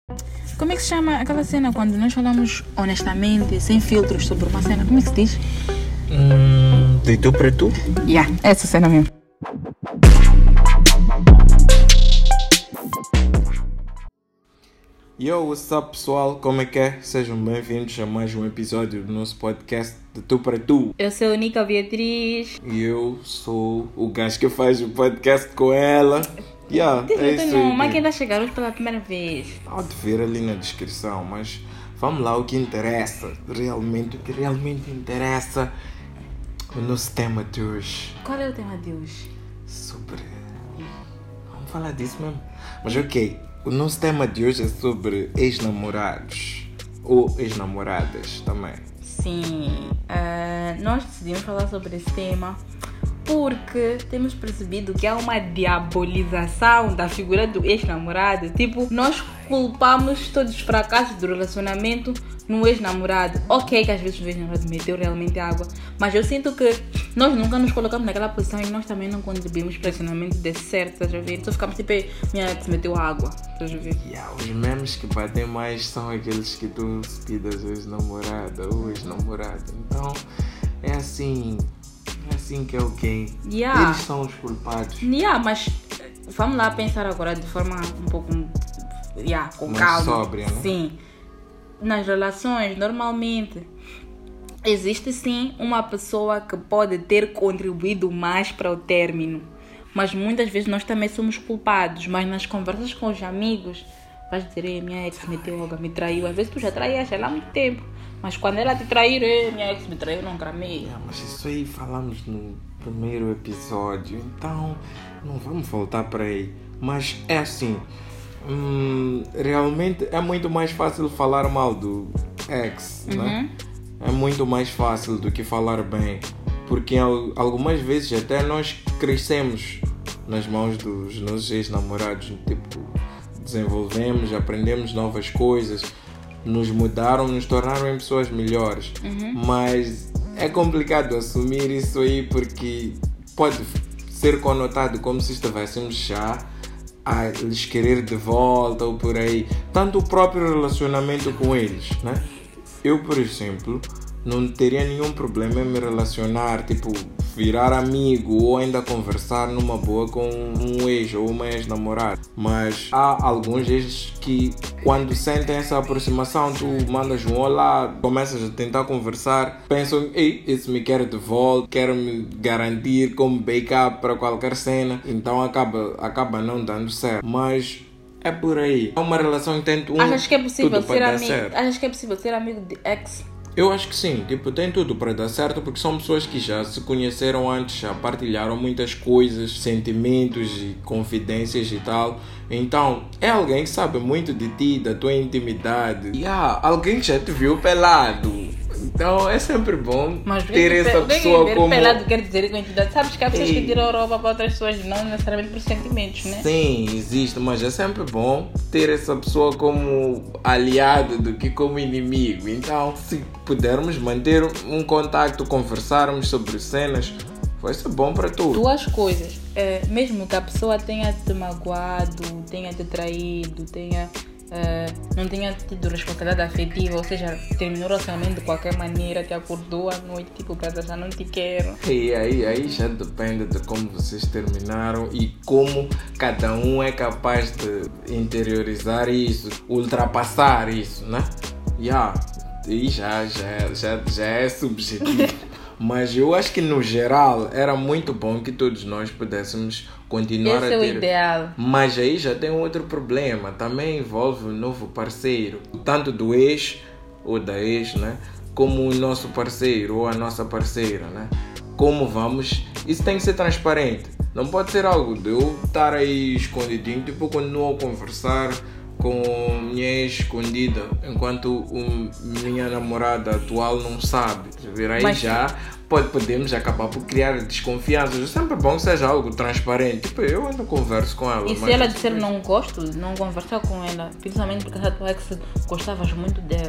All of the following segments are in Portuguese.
Como é que se chama aquela cena quando nós falamos honestamente, sem filtros sobre uma cena? Como é que se diz? De tu para tu? Essa cena mesmo. Yo, what's up pessoal? Como é que é? Sejam bem-vindos a mais um episódio do nosso podcast De Tu para Tu. Eu sou a Nica Beatriz. E eu sou o gajo que faz o podcast com ela. É isso aí. Mas quem vai chegar hoje pela primeira vez? Há de ver ali na descrição, mas vamos lá, o que interessa. O que realmente interessa. O nosso tema de hoje. Qual é o tema de hoje? Vamos falar disso mesmo. Mas ok, o nosso tema de hoje é sobre ex-namorados. Ou ex-namoradas também. Sim, nós decidimos falar sobre esse tema porque temos percebido que há uma diabolização da figura do ex-namorado. Tipo, nós culpamos todos os fracassos do relacionamento no ex-namorado. Ok que às vezes o ex-namorado meteu realmente água, mas eu sinto que nós nunca nos colocamos naquela posição e nós também não contribuímos para que o relacionamento dê certo, estás a ver? Só ficamos tipo, minha ex meteu água, estás a ver? Os memes que batem mais são aqueles que tu despidas ex-namorada ou ex-namorado. Então, é assim que é ok. Eles são os culpados. Mas vamos lá pensar agora de forma um pouco com mais calma. Sóbria, né? Sim. Nas relações, normalmente, existe sim uma pessoa que pode ter contribuído mais para o término. Mas muitas vezes nós também somos culpados. Mas nas conversas com os amigos, vais dizer, minha ex meteu água, me traiu. Às vezes tu já traías ela há muito tempo. Mas quando ela te trair, minha ex me traiu, não gramei. Mas isso aí falamos no primeiro episódio, então não vamos voltar para aí. Mas é assim, realmente é muito mais fácil falar mal do ex, né? É muito mais fácil do que falar bem. Porque algumas vezes até nós crescemos nas mãos dos nossos ex-namorados. Tipo, desenvolvemos, aprendemos novas coisas, nos mudaram, nos tornaram em pessoas melhores. Mas é complicado assumir isso aí porque pode ser conotado como se estivéssemos já a lhes querer de volta ou por aí. Tanto o próprio relacionamento com eles, né? Eu, por exemplo, não teria nenhum problema em me relacionar, tipo, virar amigo ou ainda conversar numa boa com um ex ou uma ex-namorada. Mas há alguns ex que, quando sentem essa aproximação, tu mandas um olá, começas a tentar conversar, pensam, esse me quer de volta, quer me garantir como backup para qualquer cena, então acaba não dando certo. Mas é por aí. É uma relação que tem Achas que é possível tudo para dar amigo? certo. Achas que é possível ser amigo de ex? Eu acho que sim, tem tudo para dar certo porque são pessoas que já se conheceram antes, já partilharam muitas coisas, sentimentos e confidências e tal. Então, é alguém que sabe muito de ti, da tua intimidade. Alguém que já te viu pelado. Então, é sempre bom ter essa pessoa como... pelado quer dizer com entidade. Sabes que há pessoas que tiram roupa para outras pessoas, não necessariamente por sentimentos, né? Sim, existe, mas é sempre bom ter essa pessoa como aliado do que como inimigo. Então, se pudermos manter um contacto, conversarmos sobre cenas, vai ser bom para tudo. Duas coisas. Mesmo que a pessoa tenha te magoado, tenha te traído, não tenha tido responsabilidade afetiva, ou seja, terminou o relacionamento de qualquer maneira, te acordou à noite, tipo, para já não te quero. E aí já depende de como vocês terminaram e como cada um é capaz de interiorizar isso, ultrapassar isso, né? E já é subjetivo. Mas eu acho que no geral era muito bom que todos nós pudéssemos continuar Esse a ter. Esse é o ideal. Mas aí já tem outro problema. Também envolve um novo parceiro. Tanto do ex ou da ex, né? Como o nosso parceiro ou a nossa parceira, né? Como vamos... Isso tem que ser transparente. Não pode ser algo de eu estar aí escondidinho. Tipo, eu continuo a conversar com minha ex escondida enquanto minha namorada atual não sabe. Aí mas já podemos acabar por criar desconfianças. É sempre bom que seja algo transparente. Tipo, eu ainda converso com ela. E se ela disser não gosto, não conversar com ela, principalmente porque a tua ex gostavas muito dela.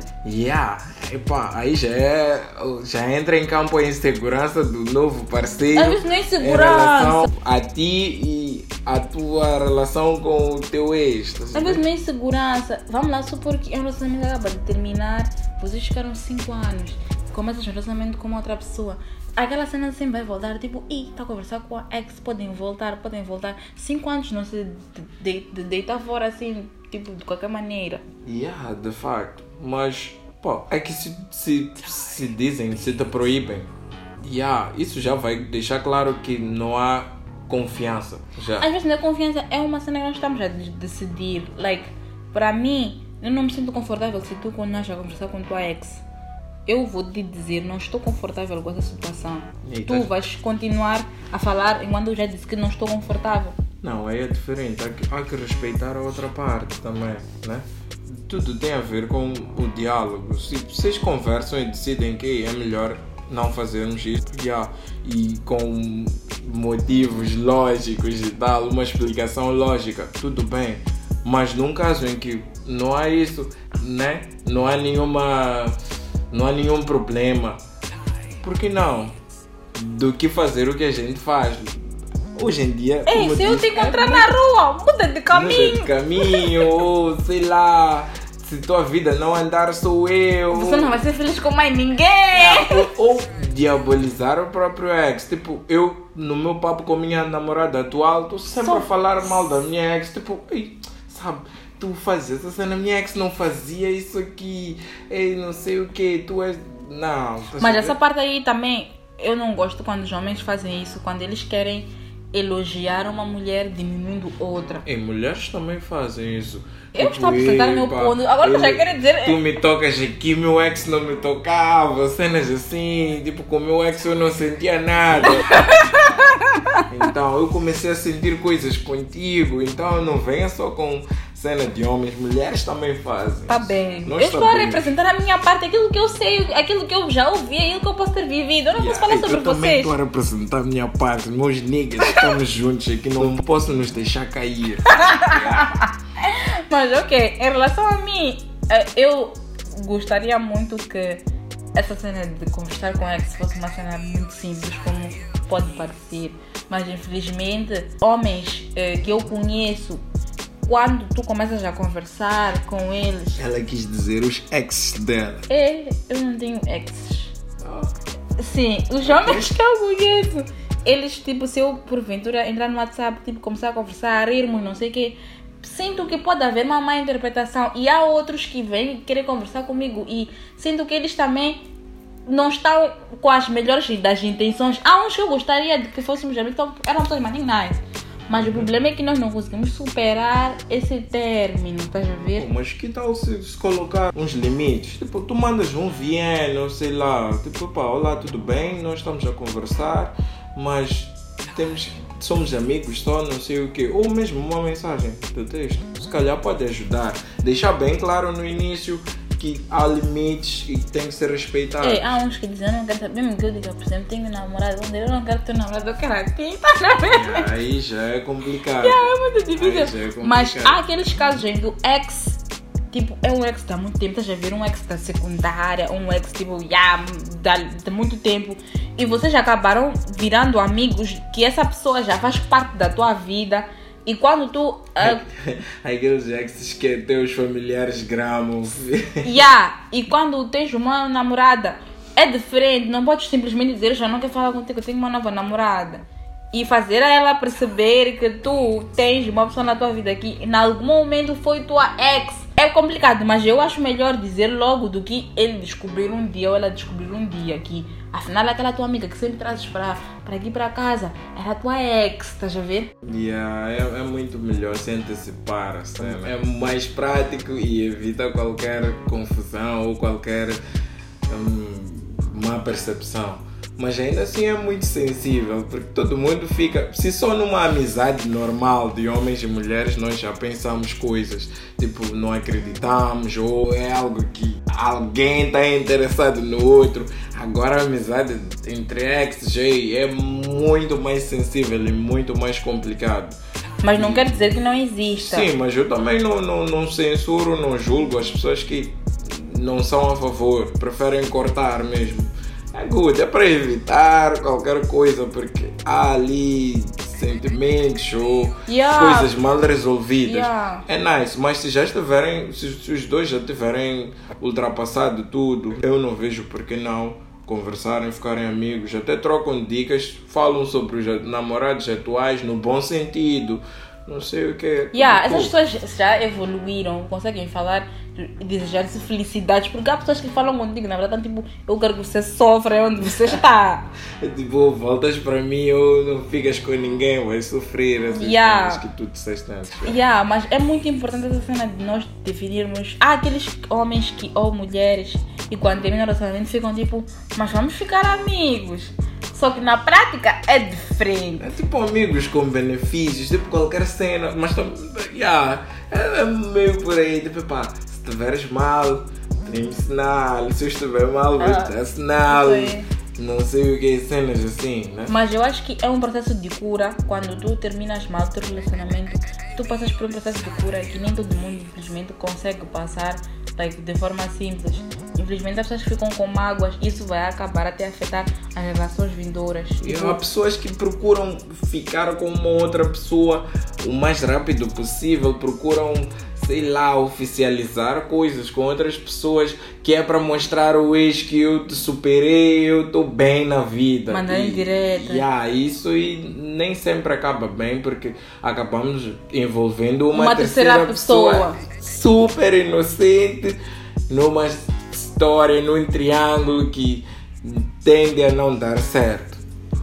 Aí já entra em campo a insegurança do novo parceiro. Às vezes não é insegurança. Em relação a ti e a tua relação com o teu ex. Às vezes meio insegurança. Vamos lá supor que é um relacionamento que acaba de terminar, vocês ficaram 5 anos, começas um relacionamento com uma outra pessoa. Aquela cena sempre vai voltar, tipo, tá a conversar com a ex, podem voltar. 5 anos não se deitar fora assim, tipo, de qualquer maneira. Yeah, de facto. Mas, pô, é que se dizem, se te proíbem, isso já vai deixar claro que não há confiança. Já. Às vezes não é confiança, é uma cena que nós estamos a decidir. Like, para mim, eu não me sinto confortável se tu continuas a conversar com tua ex. Eu vou te dizer, não estou confortável com essa situação. Tu vais continuar a falar enquanto eu já disse que não estou confortável. Não, aí é diferente. Há que respeitar a outra parte também, né? Tudo tem a ver com o diálogo. Se vocês conversam e decidem que é melhor não fazermos isso, e com motivos lógicos e tal, uma explicação lógica, tudo bem. Mas num caso em que não há isso, né? Não há nenhum problema. Por que não? Do que fazer o que a gente faz. Hoje em dia... Ei, se eu te encontrar na rua, muda de caminho. Muda de caminho, ou sei lá... Se tua vida não andar, sou eu. Você não vai ser feliz com mais ninguém. Ou diabolizar o próprio ex. Tipo, eu, no meu papo com minha namorada atual, estou sempre a falar mal da minha ex. Tipo, sabe... Tu fazes essa cena, minha ex não fazia isso aqui, não sei o que, tu és... Não. Mas essa parte aí também, eu não gosto quando os homens fazem isso, quando eles querem elogiar uma mulher diminuindo outra. E mulheres também fazem isso. Eu estava a apresentar meu ponto, agora eu já quero dizer... Tu me tocas aqui, meu ex não me tocava, cenas assim, tipo, com meu ex eu não sentia nada. Então, eu comecei a sentir coisas contigo, então não venha só com... cena de homens, mulheres também fazem. Tá bem. Eu estou a representar a minha parte, aquilo que eu sei, aquilo que eu já ouvi, aquilo que eu posso ter vivido. Eu não posso falar sobre eu também vocês. Estou a representar a minha parte, meus niggas, estamos juntos aqui, não posso nos deixar cair. Mas ok, em relação a mim, eu gostaria muito que essa cena de conversar com ex fosse uma cena muito simples, como pode parecer. Mas infelizmente, homens que eu conheço, quando tu começas a conversar com eles... Ela quis dizer os exes dela. Eu não tenho exes. Sim, os homens que eu conheço, eles, tipo, se eu porventura entrar no WhatsApp, tipo, começar a conversar, rirmos, não sei o quê, sinto que pode haver uma má interpretação. E há outros que vêm querer conversar comigo e sinto que eles também não estão com as melhores das intenções. Há uns que eu gostaria de que fôssemos amigos, então eram pessoas mais nice. Mas o problema é que nós não conseguimos superar esse término, estás a ver? Mas que tal se colocar uns limites? Tipo, tu mandas um VN, sei lá, tipo, olá, tudo bem, nós estamos a conversar, mas somos amigos só, não sei o quê. Ou mesmo uma mensagem de texto. Se calhar pode ajudar. Deixar bem claro no início que há limites e tem que ser respeitado. Há uns que dizem, eu não quero ter, mesmo que eu diga, por exemplo, tenho namorado, eu não quero ter namorado, eu quero aqui, tá vendo? Aí já é complicado. É muito difícil. Mas há aqueles casos em que o ex, tipo, é um ex de há muito tempo, estás a ver, um ex da secundária, um ex, tipo, de muito tempo, e vocês já acabaram virando amigos, que essa pessoa já faz parte da tua vida. E quando tu... Aqueles exes que teus familiares gramam. E quando tens uma namorada, é diferente. Não podes simplesmente dizer, eu já não quero falar contigo, eu tenho uma nova namorada. E fazer ela perceber que tu tens uma pessoa na tua vida que em algum momento foi tua ex. É complicado, mas eu acho melhor dizer logo do que ele descobrir um dia ou ela descobrir um dia que afinal aquela tua amiga que sempre trazes para aqui para casa era a tua ex, estás a ver? É muito melhor se antecipar a cena. É mais prático e evita qualquer confusão ou qualquer má percepção. Mas ainda assim é muito sensível, porque todo mundo fica... Se só numa amizade normal de homens e mulheres nós já pensamos coisas, tipo, não acreditamos, ou é algo que alguém está interessado no outro. Agora a amizade entre exes é muito mais sensível e muito mais complicado. Mas não quer dizer que não exista. Sim, mas eu também não censuro, não julgo as pessoas que não são a favor, preferem cortar mesmo. É good, é para evitar qualquer coisa, porque há ali ressentimentos ou Yeah. coisas mal resolvidas. Yeah. É nice, mas se os dois já tiverem ultrapassado tudo, eu não vejo por que não conversarem, ficarem amigos, até trocam dicas, falam sobre os namorados atuais no bom sentido. Não sei o que. Essas pessoas já evoluíram, conseguem falar e desejar-se felicidades, porque há pessoas que falam contigo, na verdade, tipo, eu quero que você sofra onde você está. É tipo, voltas para mim ou não ficas com ninguém, vais sofrer essas coisas que tu disseste antes. Mas é muito importante essa cena de nós definirmos. Há aqueles homens ou mulheres e quando terminam o relacionamento ficam tipo, mas vamos ficar amigos. Só que na prática é diferente. É tipo amigos com benefícios, tipo qualquer cena, mas é meio por aí, tipo, pá, se estiveres mal, tem sinal, se eu estiver mal, vou te dar sinal, não sei o que, cenas assim, né? Mas eu acho que é um processo de cura. Quando tu terminas mal o teu relacionamento, tu passas por um processo de cura que nem todo mundo, infelizmente, consegue passar de forma simples. Infelizmente, as pessoas ficam com mágoas, isso vai acabar até afetar as relações vindouras. E há pessoas que procuram ficar com uma outra pessoa o mais rápido possível, procuram, sei lá, oficializar coisas com outras pessoas, que é para mostrar ao ex que eu te superei, eu estou bem na vida. Mandar em direto. Isso e nem sempre acaba bem, porque acabamos envolvendo uma terceira pessoa super inocente numa história, num triângulo que tende a não dar certo.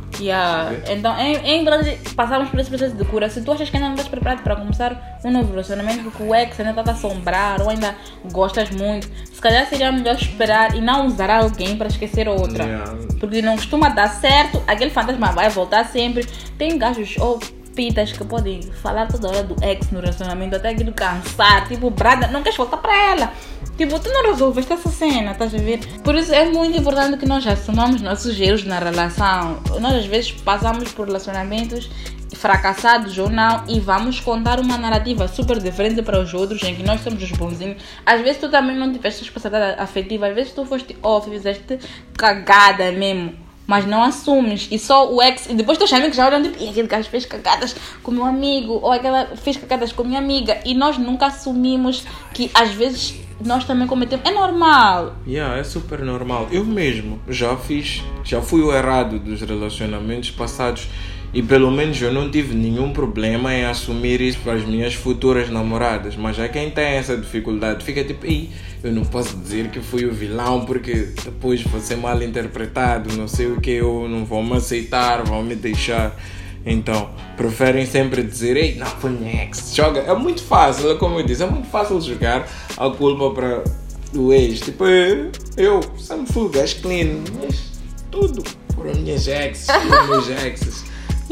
Então, é importante passarmos por esse processo de cura. Se tu achas que ainda não estás preparado para começar um novo relacionamento, porque o ex ainda está a assombrar ou ainda gostas muito, se calhar seria melhor esperar e não usar alguém para esquecer outra. Porque não costuma dar certo, aquele fantasma vai voltar sempre. Tem gajos ou pitas que podem falar toda hora do ex no relacionamento até aquilo cansar, tipo, brada, não queres voltar para ela. Tipo, tu não resolveste essa cena, estás a ver? Por isso é muito importante que nós assumamos nossos erros na relação. Nós às vezes passamos por relacionamentos fracassados ou não e vamos contar uma narrativa super diferente para os outros em que nós somos os bonzinhos. Às vezes tu também não tiveste responsabilidade afetiva, às vezes tu foste off, fizeste cagada mesmo, mas não assumes, e só o ex, e depois teus amigos já olham tipo, e aquele gajo fez cagadas com meu amigo, ou aquela fez cagadas com minha amiga, e nós nunca assumimos que às vezes nós também cometemos. É normal. É super normal. Eu mesmo já fui o errado dos relacionamentos passados e pelo menos eu não tive nenhum problema em assumir isso para as minhas futuras namoradas. Mas já quem tem essa dificuldade fica tipo, eu não posso dizer que fui o vilão porque depois vou ser mal interpretado, não sei o que, ou não vão me aceitar, vão me deixar. Então, preferem sempre dizer, não, foi minha ex. Joga. É muito fácil, como eu disse, é muito fácil jogar a culpa para o ex. Tipo, eu sempre fui o gajo clean, mas tudo foram minhas exes, foram meus exes.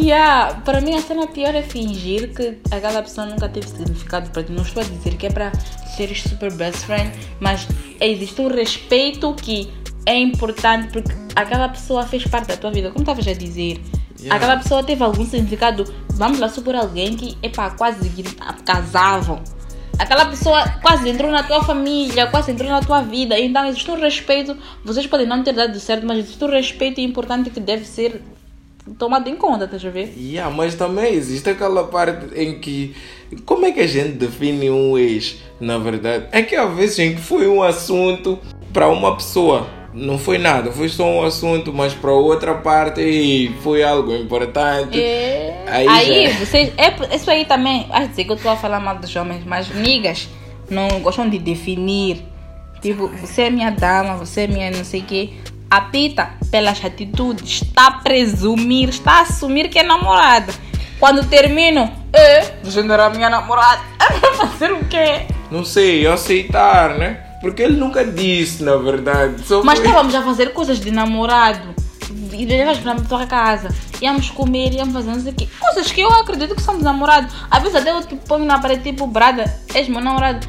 Para mim a cena pior é fingir que aquela pessoa nunca teve significado para ti. Não estou a dizer que é para seres super best friend, mas existe um respeito que é importante porque aquela pessoa fez parte da tua vida, como estavas a dizer. Aquela pessoa teve algum significado. Vamos lá supor alguém que quase que casavam. Aquela pessoa quase entrou na tua família, quase entrou na tua vida. Então existe um respeito. Vocês podem não ter dado certo, mas existe um respeito importante que deve ser tomado em conta, estás a ver? Mas também existe aquela parte em que, como é que a gente define um ex, na verdade? É que às vezes em que foi um assunto para uma pessoa, não foi nada, foi só um assunto, mas para outra parte foi algo importante. Vocês, isso aí também, acho dizer que eu estou a falar mal dos homens, mas niggas não gostam de definir. Tipo, você é minha dama, você é minha não sei o quê. A pita, pelas atitudes, está a presumir, está a assumir que é namorada. Quando termino, você não era minha namorada. Vai fazer o quê? Não sei, aceitar, né? Porque ele nunca disse, na verdade. Mas estávamos a fazer coisas de namorado. E levamos para a tua casa. Íamos comer, íamos fazer não sei o quê. Coisas que eu acredito que somos namorados. Às vezes até eu ponho na parede tipo, brada, és meu namorado.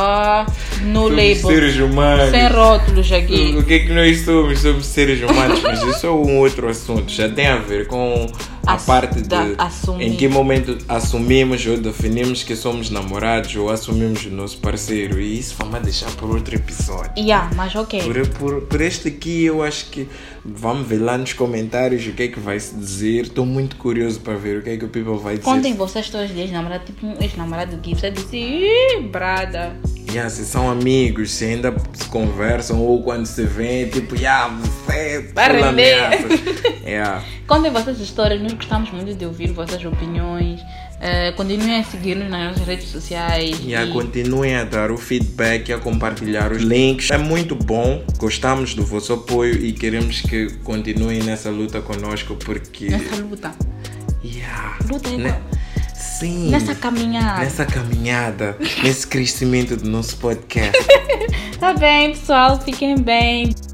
No label. Seres humanos. Sem rótulos aqui. O que é que nós somos? Somos seres humanos. Mas isso é um outro assunto. Já tem a ver com a parte de assumir. em que momento assumimos ou definimos que somos namorados ou assumimos o nosso parceiro. E isso vamos deixar por outro episódio. Mas ok. Por este aqui eu acho que vamos ver lá nos comentários o que é que vai se dizer. Estou muito curioso para ver o que é que o people vai dizer. Contem vocês histórias de ex-namorado, tipo um ex-namorado que você disse, brada. Se são amigos, se ainda se conversam ou quando se vê, tipo, você vai render. Contem vossas histórias, nós gostamos muito de ouvir vossas opiniões. Continuem a seguir-nos nas nossas redes sociais. Continuem a dar o feedback e a compartilhar os links. É muito bom, gostamos do vosso apoio e queremos que continuem nessa luta conosco porque... Nessa luta? Luta Sim. Nessa caminhada, nesse crescimento do nosso podcast. Tá bem, pessoal, fiquem bem.